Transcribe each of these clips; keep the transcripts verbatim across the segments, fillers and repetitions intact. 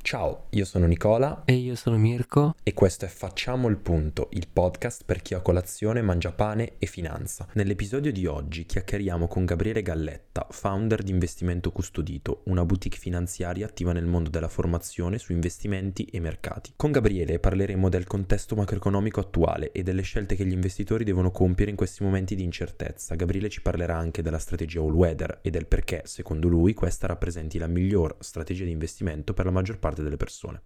Ciao, io sono Nicola E io sono Mirko. e questo è Facciamo il punto, il podcast per chi a colazione mangia pane e finanza. Nell'episodio di oggi chiacchieriamo con Gabriele Galletta, founder di Investimento Custodito, una boutique finanziaria attiva nel mondo della formazione su investimenti e mercati. Con Gabriele parleremo del contesto macroeconomico attuale e delle scelte che gli investitori devono compiere in questi momenti di incertezza. Gabriele ci parlerà anche della strategia all weather e del perché, secondo lui, questa rappresenti la miglior strategia di investimento per la maggior parte delle persone.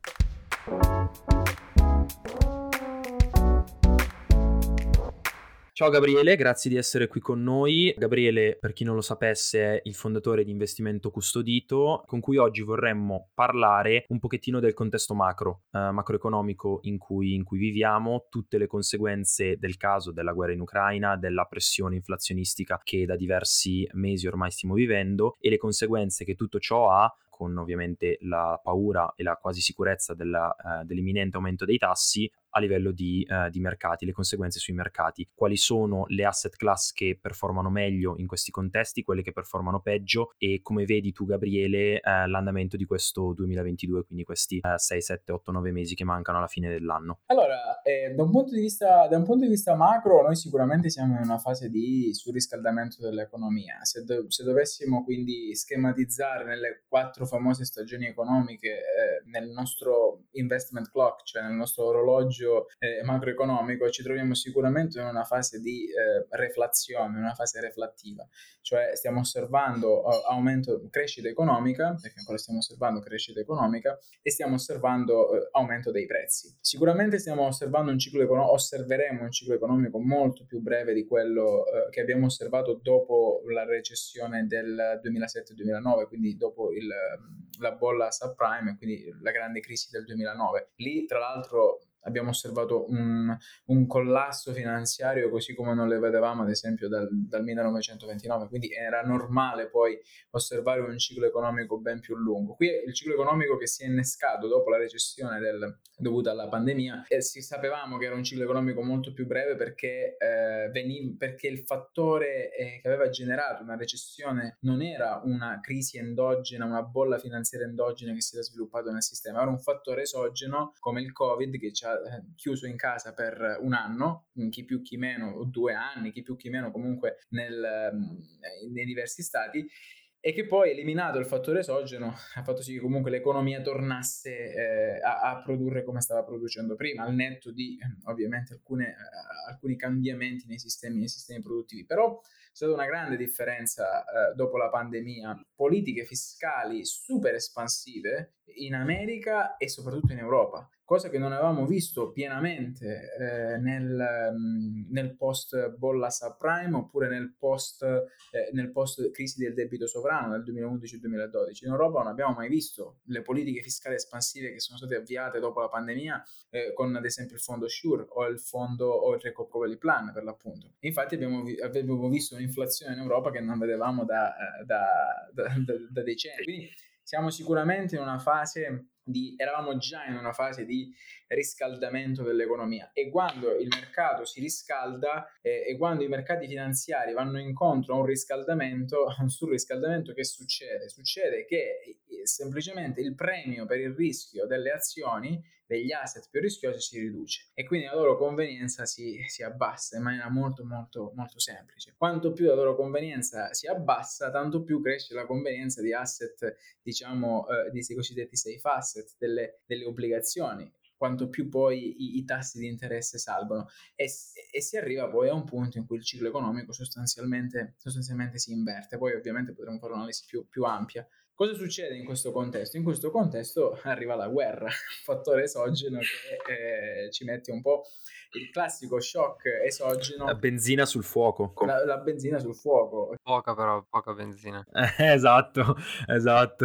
Ciao Gabriele, grazie di essere qui con noi. Gabriele, per chi non lo sapesse, è il fondatore di Investimento Custodito, con cui oggi vorremmo parlare un pochettino del contesto macro, eh, macroeconomico in cui, in cui viviamo, tutte le conseguenze del caso della guerra in Ucraina, della pressione inflazionistica che da diversi mesi ormai stiamo vivendo e le conseguenze che tutto ciò ha, con ovviamente la paura e la quasi sicurezza della, eh, dell'imminente aumento dei tassi a livello di, eh, di mercati, le conseguenze sui mercati. Quali sono le asset class che performano meglio in questi contesti, quelle che performano peggio e come vedi tu Gabriele eh, l'andamento di questo duemilaventidue, quindi questi eh, sei, sette, otto, nove mesi che mancano alla fine dell'anno? Allora, eh, da un punto di vista, da un punto di vista macro, noi sicuramente siamo in una fase di surriscaldamento dell'economia. Se, do- se dovessimo quindi schematizzare nelle quattro famose stagioni economiche eh, nel nostro investment clock, cioè nel nostro orologio eh, macroeconomico, ci troviamo sicuramente in una fase di eh, reflazione, una fase reflattiva, cioè stiamo osservando uh, aumento, crescita economica, perché ancora stiamo osservando crescita economica, e stiamo osservando uh, aumento dei prezzi. Sicuramente stiamo osservando un ciclo economico, osserveremo un ciclo economico molto più breve di quello uh, che abbiamo osservato dopo la recessione del duemilasette duemilanove, quindi dopo il, la bolla subprime, quindi la grande crisi del duemilanove. Lì, tra l'altro, abbiamo osservato un, un collasso finanziario così come non le vedevamo ad esempio dal, dal millenovecentoventinove, quindi era normale poi osservare un ciclo economico ben più lungo. Qui è il ciclo economico che si è innescato dopo la recessione del, dovuta alla pandemia e si sapevamo che era un ciclo economico molto più breve perché, eh, veniv- perché il fattore eh, che aveva generato una recessione non era una crisi endogena, una bolla finanziaria endogena che si era sviluppata nel sistema, era un fattore esogeno come il Covid che ci ha chiuso in casa per un anno, chi più chi meno, o due anni, chi più chi meno comunque nel, nei diversi stati, e che poi, eliminato il fattore esogeno, ha fatto sì che comunque l'economia tornasse eh, a, a produrre come stava producendo prima, al netto di ovviamente alcune, eh, alcuni cambiamenti nei sistemi, nei sistemi produttivi. Però c'è stata una grande differenza eh, dopo la pandemia, politiche fiscali super espansive in America e soprattutto in Europa, cosa che non avevamo visto pienamente eh, nel, nel post bolla subprime oppure nel post, eh, nel post crisi del debito sovrano nel duemilaundici duemiladodici. In Europa non abbiamo mai visto le politiche fiscali espansive che sono state avviate dopo la pandemia eh, con ad esempio il fondo SURE o il fondo o il Recovery Plan per l'appunto. Infatti abbiamo, vi- abbiamo visto un'inflazione in Europa che non vedevamo da, da, da, da, da decenni. Quindi siamo sicuramente in una fase di, eravamo già in una fase di riscaldamento dell'economia, e quando il mercato si riscalda eh, e quando i mercati finanziari vanno incontro a un riscaldamento, a un surriscaldamento, che succede? Succede che eh, semplicemente il premio per il rischio delle azioni, degli asset più rischiosi, si riduce e quindi la loro convenienza si, si abbassa in maniera molto molto molto semplice. Quanto più la loro convenienza si abbassa, tanto più cresce la convenienza di asset, diciamo, eh, di cosiddetti safe asset, delle, delle obbligazioni, quanto più poi i, i tassi di interesse salgono, e, e si arriva poi a un punto in cui il ciclo economico sostanzialmente, sostanzialmente si inverte. Poi ovviamente potremo fare un'analisi più, più ampia. Cosa succede in questo contesto? In questo contesto arriva la guerra, un fattore esogeno che eh, ci mette un po' il classico shock esogeno. La benzina sul fuoco. La, la benzina sul fuoco. Poca però, poca benzina. Eh, esatto, esatto.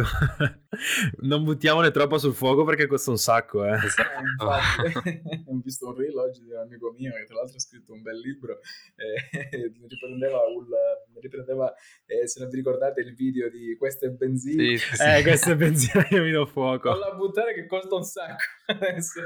Non buttiamone troppo sul fuoco perché costa un sacco, eh. Esatto. Eh, infatti, ho visto un reel oggi di un amico mio che tra l'altro ha scritto un bel libro, eh, riprendeva, un, riprendeva eh, se non vi ricordate il video di Questo è benzina. Sì, sì, sì. Eh, questa è benzina, io mi do fuoco. Non la buttare che costa un sacco adesso.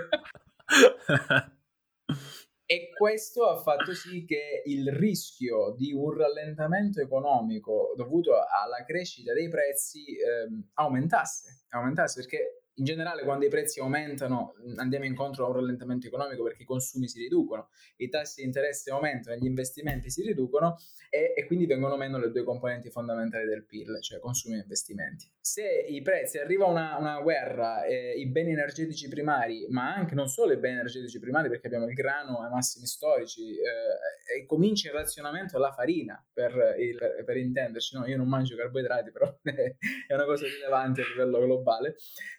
E questo ha fatto sì che il rischio di un rallentamento economico dovuto alla crescita dei prezzi ehm, aumentasse, aumentasse perché in generale quando i prezzi aumentano andiamo incontro a un rallentamento economico perché i consumi si riducono, i tassi di interesse aumentano, gli investimenti si riducono e, e quindi vengono meno le due componenti fondamentali del P I L, cioè consumi e investimenti. Se i prezzi, arriva una, una guerra, eh, i beni energetici primari, ma anche non solo i beni energetici primari, perché abbiamo il grano ai massimi storici, eh, e comincia il razionamento della farina, per, il, per, per intenderci, no? Io non mangio carboidrati, però è una cosa rilevante a livello globale.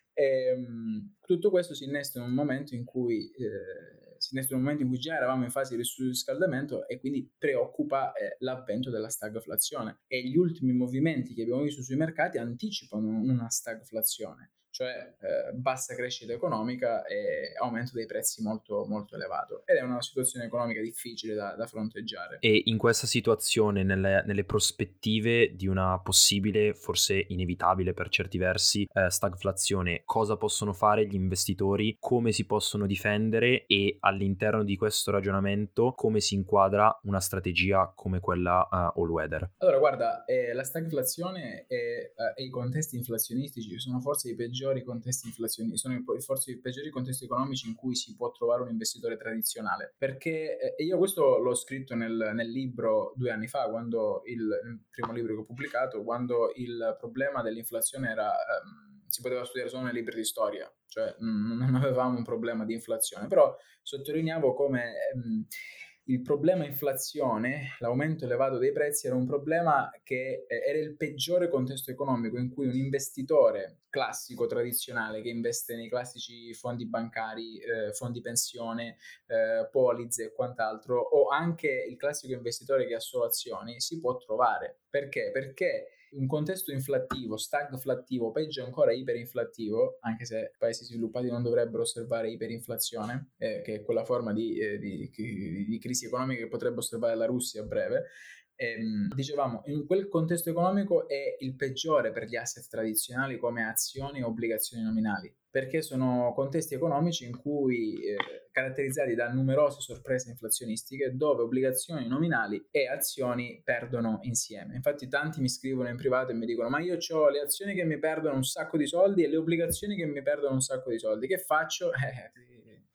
E, um, tutto questo si innesta in un momento in cui eh, si innesta in un momento in cui già eravamo in fase di surriscaldamento e quindi preoccupa eh, l'avvento della stagflazione, e gli ultimi movimenti che abbiamo visto sui mercati anticipano una stagflazione, cioè eh, bassa crescita economica e aumento dei prezzi molto, molto elevato, ed è una situazione economica difficile da, da fronteggiare. E in questa situazione, nelle, nelle prospettive di una possibile, forse inevitabile per certi versi, eh, stagflazione, cosa possono fare gli investitori, come si possono difendere, e all'interno di questo ragionamento come si inquadra una strategia come quella uh, all weather? Allora guarda, eh, la stagflazione e, eh, e i contesti inflazionistici sono forse i peggiori contesti inflazionistici, sono i, forse i peggiori contesti economici in cui si può trovare un investitore tradizionale, perché eh, io questo l'ho scritto nel, nel libro due anni fa, quando il, il primo libro che ho pubblicato, quando il problema dell'inflazione era ehm, si poteva studiare solo nei libri di storia, cioè mh, non avevamo un problema di inflazione, però sottolineavo come ehm, il problema inflazione, l'aumento elevato dei prezzi, era un problema che eh, era il peggiore contesto economico in cui un investitore classico, tradizionale, che investe nei classici fondi bancari, eh, fondi pensione, eh, polizze e quant'altro, o anche il classico investitore che ha solo azioni, si può trovare. Perché? Perché un contesto inflattivo, stagflattivo, peggio ancora iperinflattivo, anche se paesi sviluppati non dovrebbero osservare iperinflazione, eh, che è quella forma di, eh, di, di, di crisi economica che potrebbe osservare la Russia a breve. Ehm, dicevamo, in quel contesto economico è il peggiore per gli asset tradizionali come azioni e obbligazioni nominali, perché sono contesti economici in cui eh, caratterizzati da numerose sorprese inflazionistiche, dove obbligazioni nominali e azioni perdono insieme. Infatti tanti mi scrivono in privato e mi dicono: ma io ho le azioni che mi perdono un sacco di soldi e le obbligazioni che mi perdono un sacco di soldi, che faccio? Eh,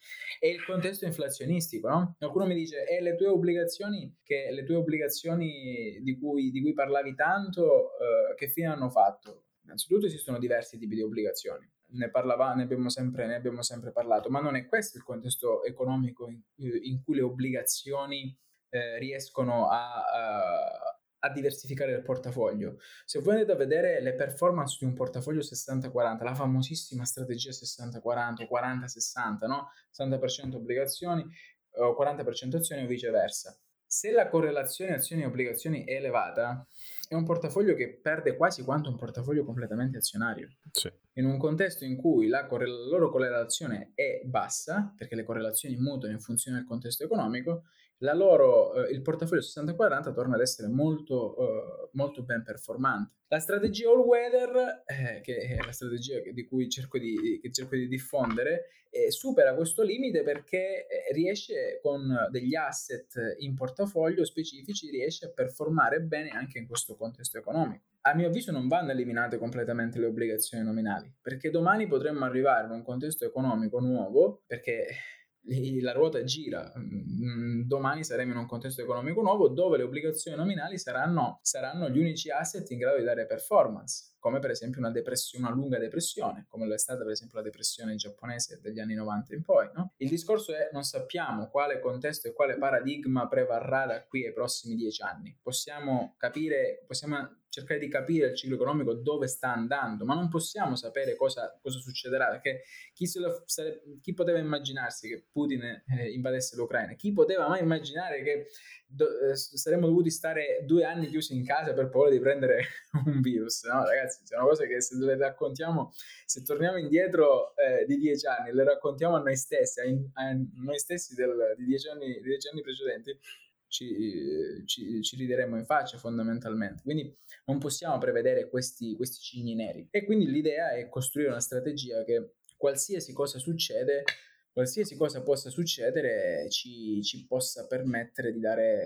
è il contesto inflazionistico, no? Qualcuno mi dice: e le tue obbligazioni, che le tue obbligazioni di cui, di cui parlavi tanto, eh, che fine hanno fatto? Innanzitutto esistono diversi tipi di obbligazioni, ne, parlava, ne, abbiamo sempre, ne abbiamo sempre parlato, ma non è questo il contesto economico in, in cui le obbligazioni eh, riescono a, a, a diversificare il portafoglio. Se voi andate a vedere le performance di un portafoglio sessanta quaranta, la famosissima strategia sessanta quaranta o quaranta sessanta, no? sessanta per cento obbligazioni o quaranta per cento azioni o viceversa. Se la correlazione azioni-obbligazioni è elevata, è un portafoglio che perde quasi quanto un portafoglio completamente azionario. Sì. In un contesto in cui la, corre- la loro correlazione è bassa, perché le correlazioni mutano in funzione del contesto economico, la loro, eh, il portafoglio sessanta quaranta torna ad essere molto, eh, molto ben performante. La strategia all weather, eh, che è la strategia che, di cui cerco di, che cerco di diffondere, eh, supera questo limite perché eh, riesce, con degli asset in portafoglio specifici, riesce a performare bene anche in questo contesto economico. A mio avviso non vanno eliminate completamente le obbligazioni nominali, perché domani potremmo arrivare in un contesto economico nuovo, perché la ruota gira, domani saremo in un contesto economico nuovo dove le obbligazioni nominali saranno, saranno gli unici asset in grado di dare performance, come per esempio una, depressione, una lunga depressione, come lo è stata per esempio la depressione giapponese degli anni novanta in poi. No? Il discorso è: non sappiamo quale contesto e quale paradigma prevarrà da qui ai prossimi dieci anni. Possiamo capire, possiamo cercare di capire il ciclo economico dove sta andando, ma non possiamo sapere cosa, cosa succederà, perché chi, se lo, chi poteva immaginarsi che Putin eh, invadesse l'Ucraina? Chi poteva mai immaginare che do, eh, saremmo dovuti stare due anni chiusi in casa per paura di prendere un virus? No, ragazzi, sono cose che se le raccontiamo, se torniamo indietro eh, di dieci anni, le raccontiamo a noi stessi, a, a noi stessi del, di, dieci anni, di dieci anni precedenti, Ci, ci, ci rideremo in faccia fondamentalmente. Quindi non possiamo prevedere questi, questi cigni neri, e quindi l'idea è costruire una strategia che qualsiasi cosa succede, qualsiasi cosa possa succedere ci, ci possa permettere di dare, eh,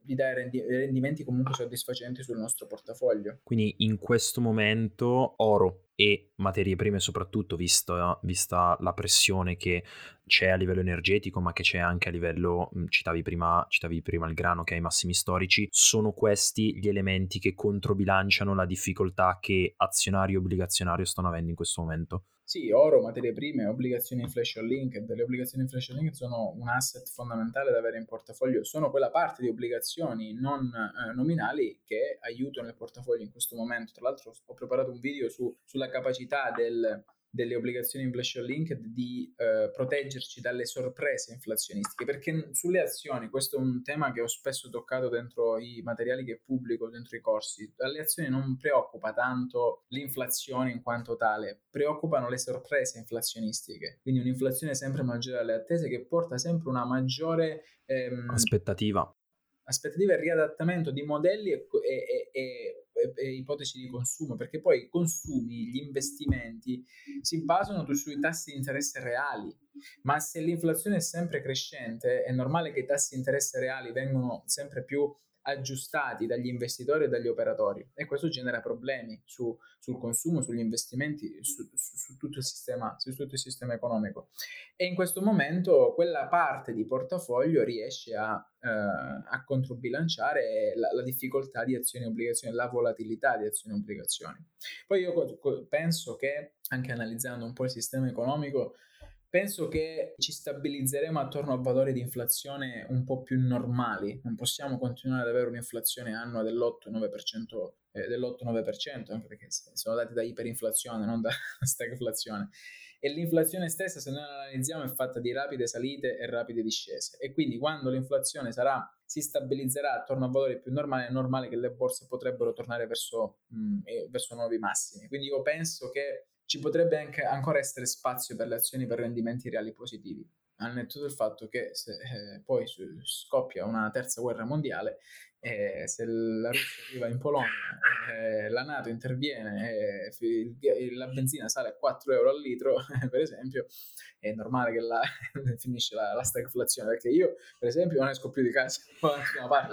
di dare rendi- rendimenti comunque soddisfacenti sul nostro portafoglio. Quindi in questo momento oro e materie prime soprattutto, vista, vista la pressione che c'è a livello energetico, ma che c'è anche a livello, citavi prima, citavi prima il grano che ha i massimi storici, sono questi gli elementi che controbilanciano la difficoltà che azionario e obbligazionario stanno avendo in questo momento? Sì, oro, materie prime, obbligazioni inflation linked. Le obbligazioni inflation linked sono un asset fondamentale da avere in portafoglio, sono quella parte di obbligazioni non eh, nominali che aiutano il portafoglio in questo momento. Tra l'altro ho preparato un video su, sulla capacità del, delle obbligazioni inflation linked di eh, proteggerci dalle sorprese inflazionistiche, perché sulle azioni, questo è un tema che ho spesso toccato dentro i materiali che pubblico, dentro i corsi, dalle azioni non preoccupa tanto l'inflazione in quanto tale, preoccupano le sorprese inflazionistiche, quindi un'inflazione sempre maggiore alle attese che porta sempre una maggiore ehm, aspettativa aspettativa e riadattamento di modelli e, e, e, e, e ipotesi di consumo, perché poi i consumi, gli investimenti si basano sui tassi di interesse reali, ma se l'inflazione è sempre crescente è normale che i tassi di interesse reali vengano sempre più aggiustati dagli investitori e dagli operatori, e questo genera problemi su, sul consumo, sugli investimenti, su, su, su, tutto il sistema, su tutto il sistema economico. E in questo momento quella parte di portafoglio riesce a, eh, a controbilanciare la, la difficoltà di azioni e obbligazioni, la volatilità di azioni e obbligazioni. Poi io penso che, anche analizzando un po' il sistema economico, penso che ci stabilizzeremo attorno a valori di inflazione un po' più normali. Non possiamo continuare ad avere un'inflazione annua dell'otto nove per cento, eh, dell'otto nove per cento, anche perché sono dati da iperinflazione, non da stagflazione. E l'inflazione stessa, se noi la analizziamo, è fatta di rapide salite e rapide discese. E quindi quando l'inflazione sarà, si stabilizzerà attorno a valori più normali, è normale che le borse potrebbero tornare verso, mh, verso nuovi massimi. Quindi io penso che ci potrebbe anche ancora essere spazio per le azioni per rendimenti reali positivi, al netto del fatto che se eh, poi scoppia una terza guerra mondiale, eh, se la Russia arriva in Polonia, eh, la NATO interviene, eh, la benzina sale a quattro euro al litro, per esempio, è normale che la, finisce la, la stagflazione, perché io, per esempio, non esco più di casa, una parte,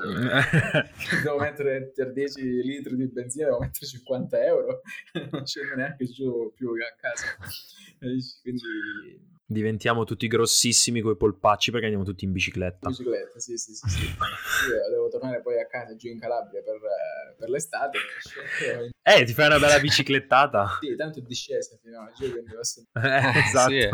devo mettere per dieci litri di benzina, devo mettere cinquanta euro, non scendo neanche giù più a casa. Quindi diventiamo tutti grossissimi coi polpacci perché andiamo tutti in bicicletta. In bicicletta, sì, sì, sì, sì. Io devo tornare poi a casa giù in Calabria per, per l'estate. Eh, ti fai una bella biciclettata. Sì, tanto è discesa fino a giù, quindi posso... Eh, esatto. Sì,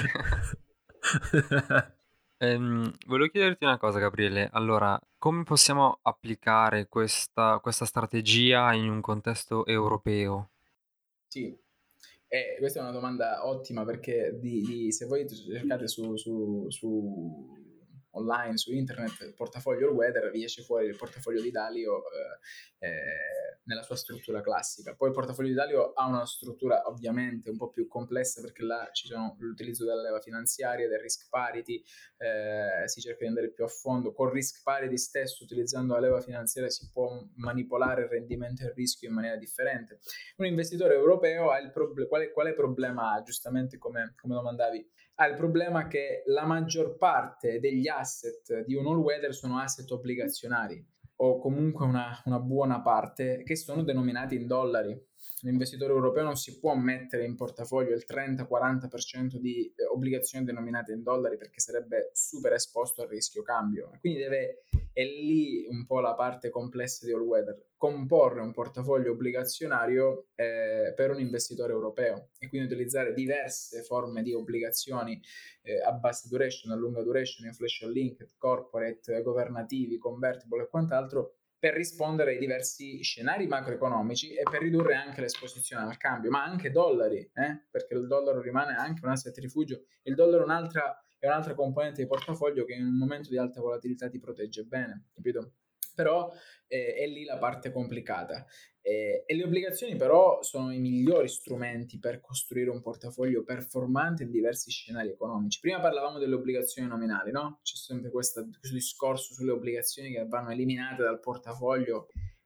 eh. ehm, volevo chiederti una cosa, Gabriele. Allora, come possiamo applicare questa, questa strategia in un contesto europeo? Sì, eh, questa è una domanda ottima, perché di, di, se voi cercate su, su, su online, su internet, portafoglio all weather, vi esce fuori il portafoglio di Dalio eh, eh, nella sua struttura classica. Poi il portafoglio di Dalio ha una struttura ovviamente un po' più complessa, perché là ci sono l'utilizzo della leva finanziaria, del risk parity, eh, si cerca di andare più a fondo. Con risk parity stesso, utilizzando la leva finanziaria, si può manipolare il rendimento e il rischio in maniera differente. Un investitore europeo ha il problem- quale, quale problema ha? Giustamente come, come domandavi, ha il problema che la maggior parte degli asset di un all-weather sono asset obbligazionari, o comunque una, una buona parte, che sono denominati in dollari. L'investitore europeo non si può mettere in portafoglio il trenta quaranta per cento di eh, obbligazioni denominate in dollari, perché sarebbe super esposto al rischio cambio. Quindi deve, è lì un po' la parte complessa di all weather, comporre un portafoglio obbligazionario eh, per un investitore europeo, e quindi utilizzare diverse forme di obbligazioni eh, a bassa duration, a lunga duration, inflation linked, corporate, governativi, convertible e quant'altro, per rispondere ai diversi scenari macroeconomici e per ridurre anche l'esposizione al cambio, ma anche dollari, eh? Perché il dollaro rimane anche un asset rifugio. Il dollaro è un'altra, è un'altra componente di portafoglio che in un momento di alta volatilità ti protegge bene, capito? Però eh, è lì la parte complicata. Eh, e le obbligazioni però sono i migliori strumenti per costruire un portafoglio performante in diversi scenari economici. Prima parlavamo delle obbligazioni nominali, no? C'è sempre questa, questo discorso sulle obbligazioni che vanno eliminate dal portafoglio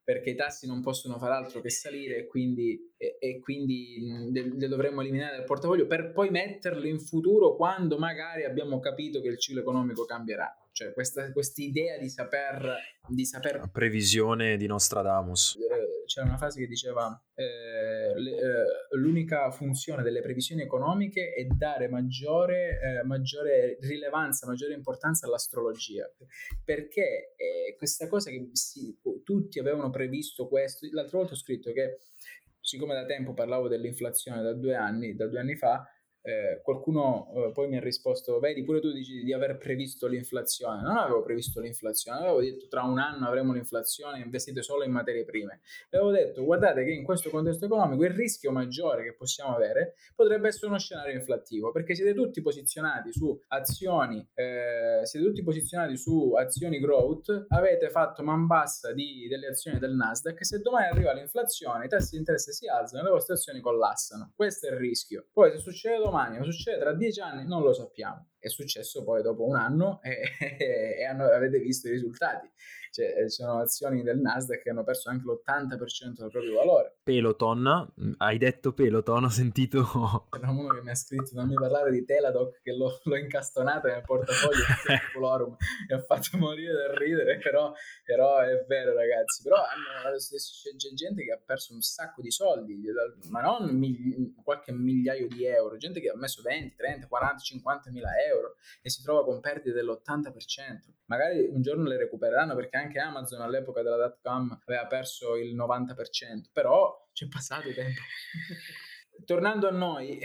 perché i tassi non possono far altro che salire e quindi, e, e quindi le dovremmo eliminare dal portafoglio per poi metterlo in futuro quando magari abbiamo capito che il ciclo economico cambierà. Cioè questa idea di saper, di saper... Previsione di Nostradamus. Eh, c'era una frase che diceva eh, le, eh, l'unica funzione delle previsioni economiche è dare maggiore, eh, maggiore rilevanza, maggiore importanza all'astrologia, perché eh, questa cosa che si, tutti avevano previsto questo. L'altra volta ho scritto che siccome da tempo parlavo dell'inflazione da due anni, da due anni fa, Eh, qualcuno eh, poi mi ha risposto: vedi, pure tu dici di aver previsto l'inflazione. Non avevo previsto l'inflazione, avevo detto tra un anno avremo l'inflazione, investite solo in materie prime. Avevo detto: guardate che in questo contesto economico il rischio maggiore che possiamo avere potrebbe essere uno scenario inflattivo, perché siete tutti posizionati su azioni eh, siete tutti posizionati su azioni growth, avete fatto man bassa di, delle azioni del Nasdaq, e se domani arriva l'inflazione, i tassi di interesse si alzano, le vostre azioni collassano. Questo è il rischio. Poi se succede domani, ma succede tra dieci anni, non lo sappiamo. È successo poi dopo un anno e, e, e hanno, avete visto i risultati. Cioè, ci sono azioni del Nasdaq che hanno perso anche l'ottanta per cento del proprio valore. Peloton, hai detto Peloton, ho sentito. C'era uno che mi ha scritto: non mi parlare di Teladoc, che l'ho, l'ho incastonata nel portafoglio e ha fatto morire dal ridere, però, però è vero, ragazzi. Però hanno, c'è gente che ha perso un sacco di soldi, ma non migli, qualche migliaio di euro, gente che ha messo venti, trenta, quaranta, cinquanta mila euro e si trova con perdite dell'ottanta per cento. Magari un giorno le recupereranno, perché anche Amazon all'epoca della dot com aveva perso il novanta per cento, però c'è passato il tempo. Tornando a noi,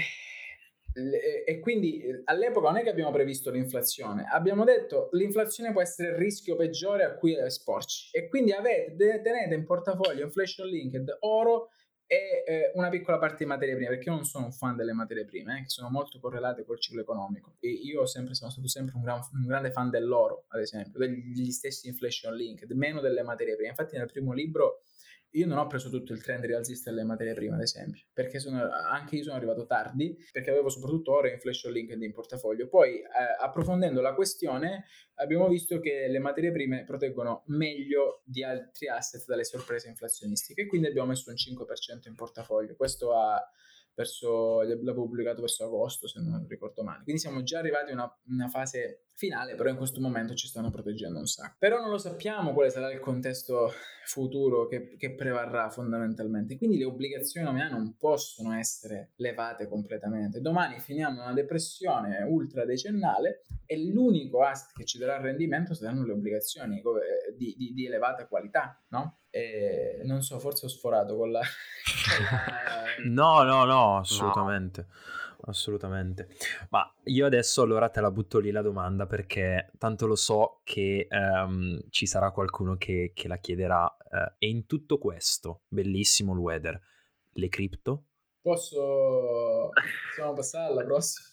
e quindi all'epoca non è che abbiamo previsto l'inflazione, abbiamo detto l'inflazione può essere il rischio peggiore a cui esporci, e quindi avete, tenete in portafoglio inflation linked, oro e eh, una piccola parte di materie prime, perché io non sono un fan delle materie prime, eh, che sono molto correlate col ciclo economico, e io ho sempre, sono stato sempre un, gran, un grande fan dell'oro, ad esempio, degli stessi inflation linked, meno delle materie prime. Infatti nel primo libro io non ho preso tutto il trend rialzista delle materie prime, ad esempio, perché sono, anche io sono arrivato tardi, perché avevo soprattutto oro e inflation linked in portafoglio. Poi eh, approfondendo la questione abbiamo visto che le materie prime proteggono meglio di altri asset dalle sorprese inflazionistiche, e quindi abbiamo messo un cinque per cento in portafoglio. Questo ha verso, l'avevo pubblicato verso agosto, se non ricordo male. Quindi siamo già arrivati a una, una fase finale, però in questo momento ci stanno proteggendo un sacco. Però non lo sappiamo quale sarà il contesto futuro che, che prevarrà fondamentalmente. Quindi le obbligazioni nominali non possono essere levate completamente. Domani finiamo una depressione ultra decennale e l'unico asset che ci darà rendimento saranno le obbligazioni di, di, di elevata qualità, no? E non so, forse ho sforato con la... con la... no, no, no, assolutamente. No. Assolutamente. Ma io adesso allora te la butto lì la domanda, perché tanto lo so che um, ci sarà qualcuno che, che la chiederà. Uh, e in tutto questo, bellissimo il weather, le cripto? Posso... Possiamo passare alla prossima?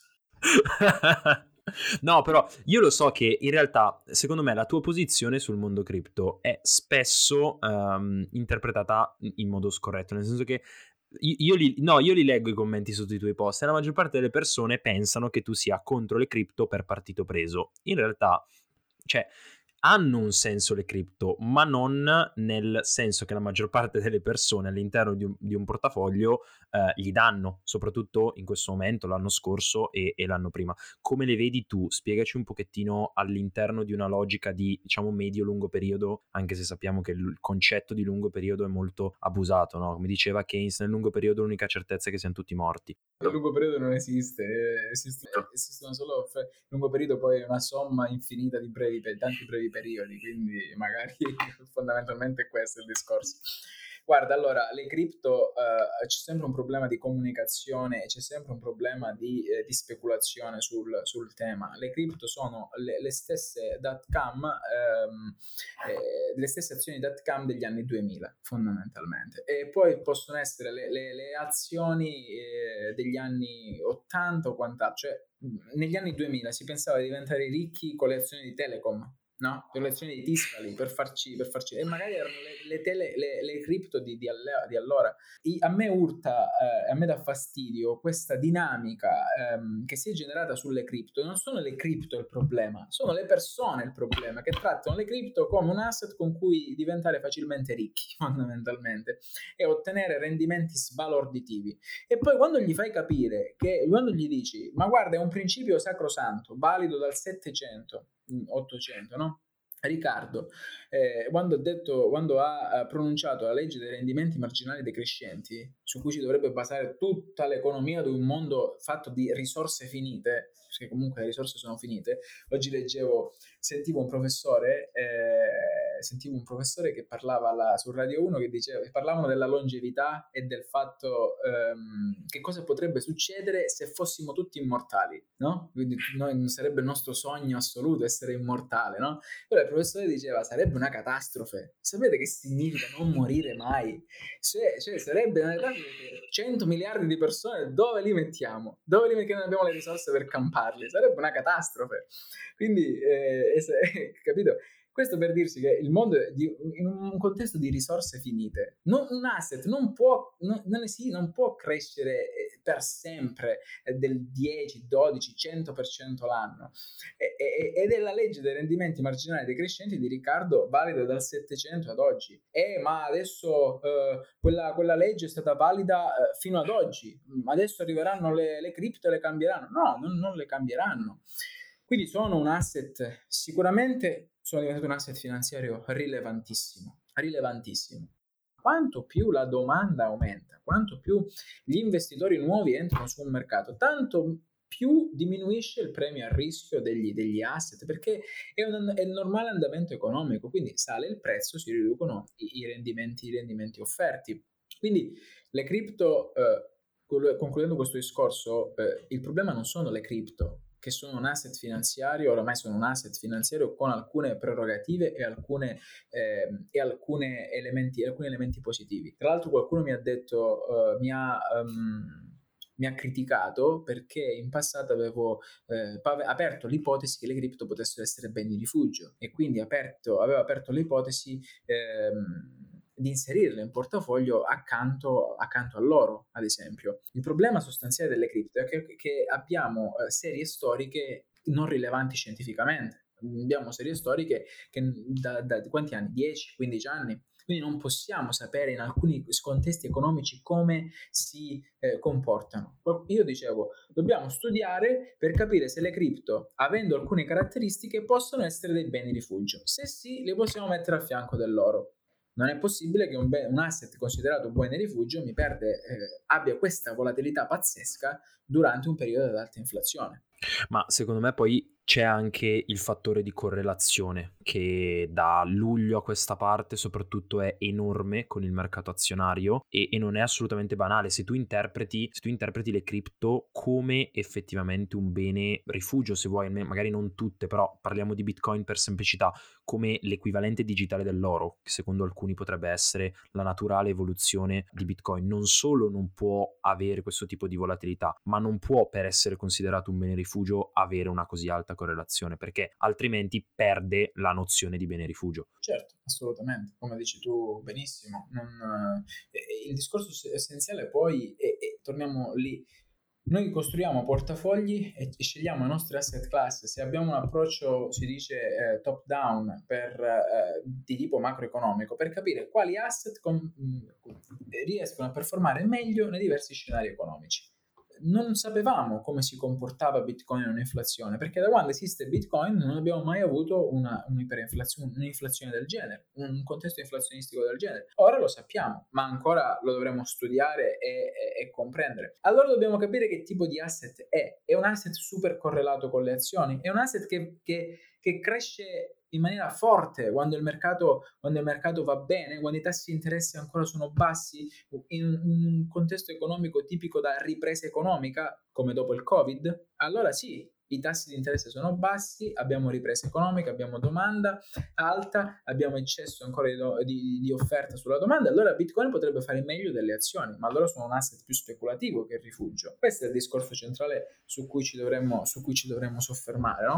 No, però io lo so che in realtà, secondo me, la tua posizione sul mondo cripto è spesso um, interpretata in modo scorretto, nel senso che io li, no, io li leggo i commenti sotto i tuoi post e la maggior parte delle persone pensano che tu sia contro le cripto per partito preso. In realtà, cioè, hanno un senso le cripto, ma non nel senso che la maggior parte delle persone all'interno di un, di un portafoglio eh, gli danno, soprattutto in questo momento, l'anno scorso e, e l'anno prima. Come le vedi tu? Spiegaci un pochettino all'interno di una logica di, diciamo, medio-lungo periodo, anche se sappiamo che il concetto di lungo periodo è molto abusato, no? Come diceva Keynes, nel lungo periodo l'unica certezza è che siamo tutti morti. Il lungo periodo non esiste, esiste esistono solo il lungo periodo, poi è una somma infinita di brevi, tanti brevi periodi, quindi magari fondamentalmente questo è il discorso. Guarda, allora, le cripto uh, c'è sempre un problema di comunicazione e c'è sempre un problema di, eh, di speculazione sul, sul tema. Le cripto sono le, le stesse dot-com, ehm, eh, le stesse azioni dot-com degli anni duemila, fondamentalmente. E poi possono essere le, le, le azioni eh, degli anni ottanta o quant'altro. Cioè, negli anni duemila si pensava di diventare ricchi con le azioni di Telecom, no? Per le azioni di Tiscali, per farci, per farci e magari erano le, le, tele, le, le cripto di, di, alle, di allora. I, a me urta, eh, a me dà fastidio questa dinamica ehm, che si è generata sulle cripto. Non sono le cripto il problema, sono le persone il problema, che trattano le cripto come un asset con cui diventare facilmente ricchi, fondamentalmente, e ottenere rendimenti sbalorditivi. E poi quando gli fai capire che, quando gli dici, ma guarda, è un principio sacrosanto, valido dal settecento, ottocento, no? Riccardo, eh, quando, ha detto, quando ha pronunciato la legge dei rendimenti marginali decrescenti, su cui si dovrebbe basare tutta l'economia di un mondo fatto di risorse finite, perché comunque le risorse sono finite, oggi leggevo, sentivo un professore, eh, sentivo un professore che parlava alla, su Radio uno, che diceva, che parlavano della longevità e del fatto ehm, che cosa potrebbe succedere se fossimo tutti immortali, no? Quindi noi, sarebbe il nostro sogno assoluto essere immortale, no? Però il professore diceva sarebbe una catastrofe. Sapete che significa non morire mai? Cioè, cioè sarebbe una catastrofe. cento miliardi di persone, dove li mettiamo? Dove li mettiamo? Non abbiamo le risorse per camparli. Sarebbe una catastrofe. Quindi, eh, eh, capito? Questo per dirsi che il mondo è di, in un contesto di risorse finite, non, un asset non può, non, non, sì, non può crescere per sempre del dieci, dodici, cento per cento l'anno. E, e, ed è la legge dei rendimenti marginali decrescenti di Riccardo, valida dal settecento ad oggi. Eh, ma adesso eh, quella, quella legge è stata valida eh, fino ad oggi, adesso arriveranno le, le cripto e le cambieranno. No, non, non le cambieranno. Quindi sono un asset, sicuramente sono diventato un asset finanziario rilevantissimo, rilevantissimo. Quanto più la domanda aumenta, quanto più gli investitori nuovi entrano su un mercato, tanto più diminuisce il premio a rischio degli, degli asset, perché è un è il normale andamento economico, quindi sale il prezzo, si riducono i, i, rendimenti, i rendimenti offerti. Quindi le cripto, eh, concludendo questo discorso, eh, il problema non sono le cripto, che sono un asset finanziario, oramai sono un asset finanziario con alcune prerogative e alcune, eh, e alcune elementi, alcuni elementi positivi. Tra l'altro qualcuno mi ha detto, uh, mi ha... Um, mi ha criticato perché in passato avevo eh, aperto l'ipotesi che le cripto potessero essere beni di rifugio e quindi aperto, avevo aperto l'ipotesi ehm, di inserirle in portafoglio accanto, accanto all'oro, ad esempio. Il problema sostanziale delle cripto è che, che abbiamo eh, serie storiche non rilevanti scientificamente. Abbiamo serie storiche che da, da quanti anni? dieci, quindici anni? Quindi non possiamo sapere in alcuni contesti economici come si eh, comportano. Io dicevo, dobbiamo studiare per capire se le cripto, avendo alcune caratteristiche, possono essere dei beni rifugio. Se sì, le possiamo mettere a fianco dell'oro. Non è possibile che un, be- un asset considerato bene rifugio mi perde, eh, abbia questa volatilità pazzesca durante un periodo ad alta inflazione. Ma secondo me poi c'è anche il fattore di correlazione che da luglio a questa parte soprattutto è enorme con il mercato azionario e, e non è assolutamente banale se tu interpreti se tu interpreti le cripto come effettivamente un bene rifugio, se vuoi, magari non tutte, però parliamo di Bitcoin per semplicità, come l'equivalente digitale dell'oro, che secondo alcuni potrebbe essere la naturale evoluzione di Bitcoin. Non solo non può avere questo tipo di volatilità, ma non può, per essere considerato un bene rifugio, avere una così alta correlazione, perché altrimenti perde la nozione di bene rifugio. Certo, assolutamente, come dici tu benissimo. Non, eh, il discorso essenziale poi, e, e torniamo lì, noi costruiamo portafogli e scegliamo le nostre asset class. Se abbiamo un approccio, si dice eh, top down, per, eh, di tipo macroeconomico, per capire quali asset com- mh, riescono a performare meglio nei diversi scenari economici. Non sapevamo come si comportava Bitcoin in un'inflazione, perché da quando esiste Bitcoin non abbiamo mai avuto una, un'iperinflazione, un'inflazione del genere, un contesto inflazionistico del genere. Ora lo sappiamo, ma ancora lo dovremo studiare e, e, e comprendere. Allora dobbiamo capire che tipo di asset è. È un asset super correlato con le azioni, è un asset che, che, che cresce in maniera forte quando il mercato, quando il mercato va bene, quando i tassi di interesse ancora sono bassi, in un contesto economico tipico da ripresa economica, come dopo il Covid, allora sì, i tassi di interesse sono bassi, abbiamo ripresa economica, abbiamo domanda alta, abbiamo eccesso ancora di, do, di, di offerta sulla domanda, allora Bitcoin potrebbe fare meglio delle azioni, ma allora sono un asset più speculativo che rifugio. Questo è il discorso centrale su cui ci dovremmo, su cui ci dovremmo soffermare, no?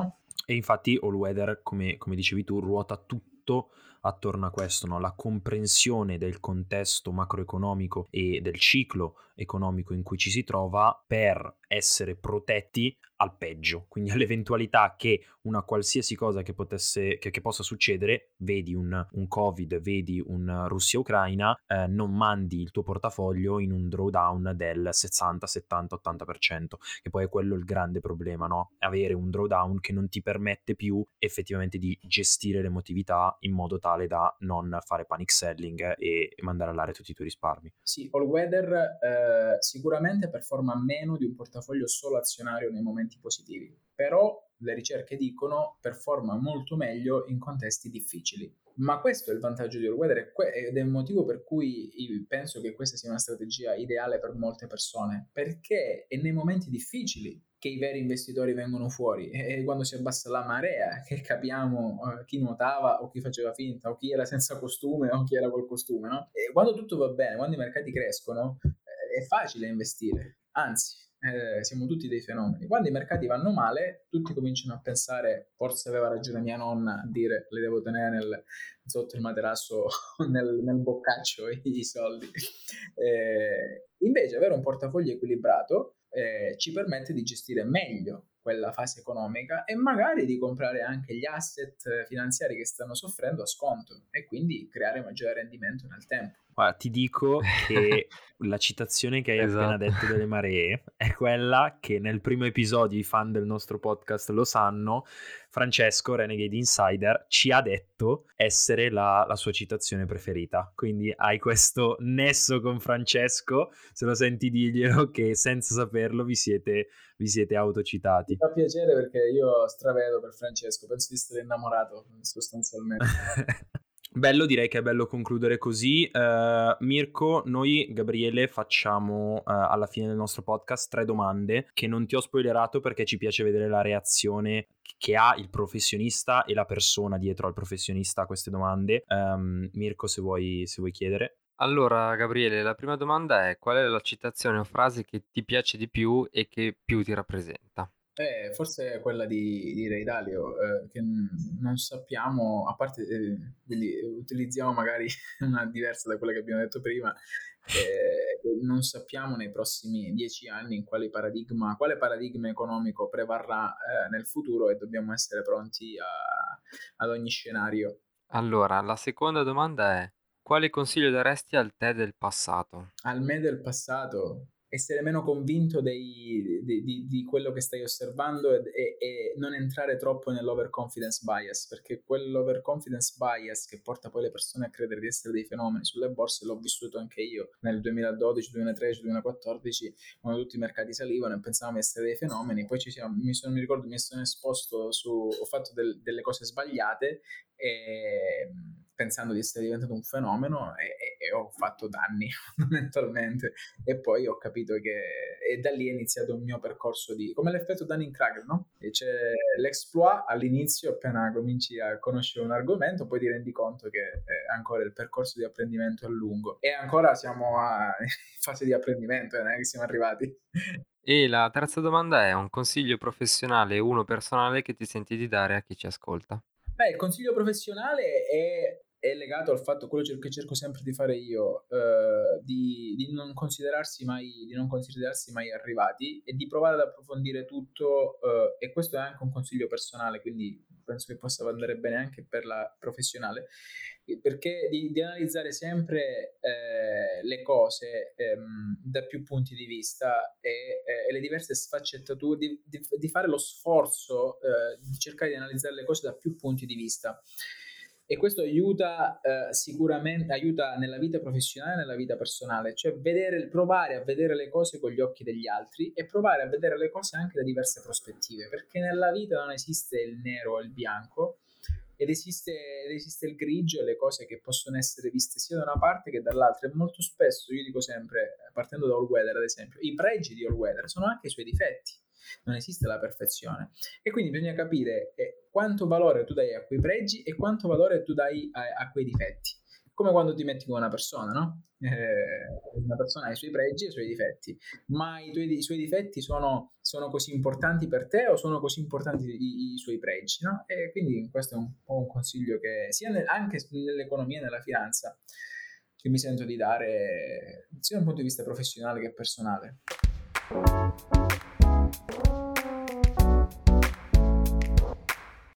E infatti All Weather, come, come dicevi tu, ruota tutto attorno a questo, no? La comprensione del contesto macroeconomico e del ciclo economico in cui ci si trova per essere protetti al peggio, quindi all'eventualità che una qualsiasi cosa che potesse che, che possa succedere, vedi un, un Covid, vedi un Russia-Ucraina, eh, non mandi il tuo portafoglio in un drawdown del sessanta, settanta, ottanta per cento, che poi è quello il grande problema, no? Avere un drawdown che non ti permette più effettivamente di gestire l'emotività in modo tale da non fare panic selling e, e mandare all'aria tutti i tuoi risparmi. Sì, All Weather eh, sicuramente performa meno di un portafoglio solo azionario nei momenti positivi, però le ricerche dicono performa molto meglio in contesti difficili. Ma questo è il vantaggio di All Weather ed è il motivo per cui penso che questa sia una strategia ideale per molte persone, perché è nei momenti difficili che i veri investitori vengono fuori, e quando si abbassa la marea che capiamo uh, chi nuotava o chi faceva finta o chi era senza costume o chi era col costume, no? E quando tutto va bene, quando i mercati crescono, eh, è facile investire, anzi eh, siamo tutti dei fenomeni. Quando i mercati vanno male, tutti cominciano a pensare, forse aveva ragione mia nonna a dire le devo tenere nel, sotto il materasso nel, nel boccaccio i, i soldi. Eh, invece avere un portafoglio equilibrato Eh, ci permette di gestire meglio quella fase economica e magari di comprare anche gli asset finanziari che stanno soffrendo a sconto e quindi creare maggiore rendimento nel tempo. Guarda, ti dico che la citazione che hai Esatto. appena detto delle maree è quella che nel primo episodio i fan del nostro podcast lo sanno. Francesco, Renegade Insider, ci ha detto essere la, la sua citazione preferita. Quindi hai questo nesso con Francesco, se lo senti diglielo che senza saperlo vi siete, vi siete autocitati. Mi fa piacere perché io stravedo per Francesco, penso di essere innamorato sostanzialmente. Bello, direi che è bello concludere così. Uh, Mirko, noi, Gabriele, facciamo uh, alla fine del nostro podcast tre domande che non ti ho spoilerato perché ci piace vedere la reazione che ha il professionista e la persona dietro al professionista a queste domande. Um, Mirko, se vuoi, se vuoi chiedere. Allora, Gabriele, la prima domanda è: qual è la citazione o frase che ti piace di più e che più ti rappresenta? Eh, forse è quella di, di Ray Dalio, eh, che n- non sappiamo, a parte, eh, quindi utilizziamo magari una diversa da quella che abbiamo detto prima, eh, non sappiamo nei prossimi dieci anni in quale paradigma, quale paradigma economico prevarrà eh, nel futuro e dobbiamo essere pronti a- ad ogni scenario. Allora, la seconda domanda è: quale consiglio daresti al te del passato? Al me del passato, essere meno convinto dei, di, di, di quello che stai osservando e, e, e non entrare troppo nell'overconfidence bias, perché quell'overconfidence bias che porta poi le persone a credere di essere dei fenomeni sulle borse l'ho vissuto anche io nel duemiladodici, duemilatredici, duemilaquattordici, quando tutti i mercati salivano e pensavamo di essere dei fenomeni. Poi ci siamo, mi, sono, mi ricordo mi sono esposto su, ho fatto del, delle cose sbagliate e, pensando di essere diventato un fenomeno e, e, e ho fatto danni fondamentalmente. E poi ho capito che e da lì è iniziato il mio percorso di come l'effetto Dunning-Kruger, no? E c'è l'exploit all'inizio, appena cominci a conoscere un argomento, poi ti rendi conto che è ancora il percorso di apprendimento a lungo e ancora siamo a, in fase di apprendimento, non è che siamo arrivati. E la terza domanda è: un consiglio professionale e uno personale che ti senti di dare a chi ci ascolta? Beh, il consiglio professionale è, è legato al fatto, quello che cerco sempre di fare io, eh, di, di non considerarsi mai, di non considerarsi mai arrivati e di provare ad approfondire tutto, eh, e questo è anche un consiglio personale, quindi penso che possa andare bene anche per la professionale, perché di, di analizzare sempre eh, le cose ehm, da più punti di vista e, eh, e le diverse sfaccettature, di, di, di fare lo sforzo eh, di cercare di analizzare le cose da più punti di vista. E questo aiuta eh, sicuramente, aiuta nella vita professionale e nella vita personale, cioè vedere, provare a vedere le cose con gli occhi degli altri e provare a vedere le cose anche da diverse prospettive, perché nella vita non esiste il nero o il bianco, ed esiste, ed esiste il grigio e le cose che possono essere viste sia da una parte che dall'altra. E molto spesso, io dico sempre, partendo da All Weather ad esempio, i pregi di All Weather sono anche i suoi difetti, non esiste la perfezione e quindi bisogna capire eh, quanto valore tu dai a quei pregi e quanto valore tu dai a, a quei difetti, come quando ti metti con una persona, no? Eh, una persona ha i suoi pregi e i suoi difetti, ma i, tuoi, i suoi difetti sono, sono così importanti per te o sono così importanti i, i suoi pregi, no? E quindi questo è un po' un consiglio che sia nel, anche nell'economia e nella finanza che mi sento di dare sia dal punto di vista professionale che personale.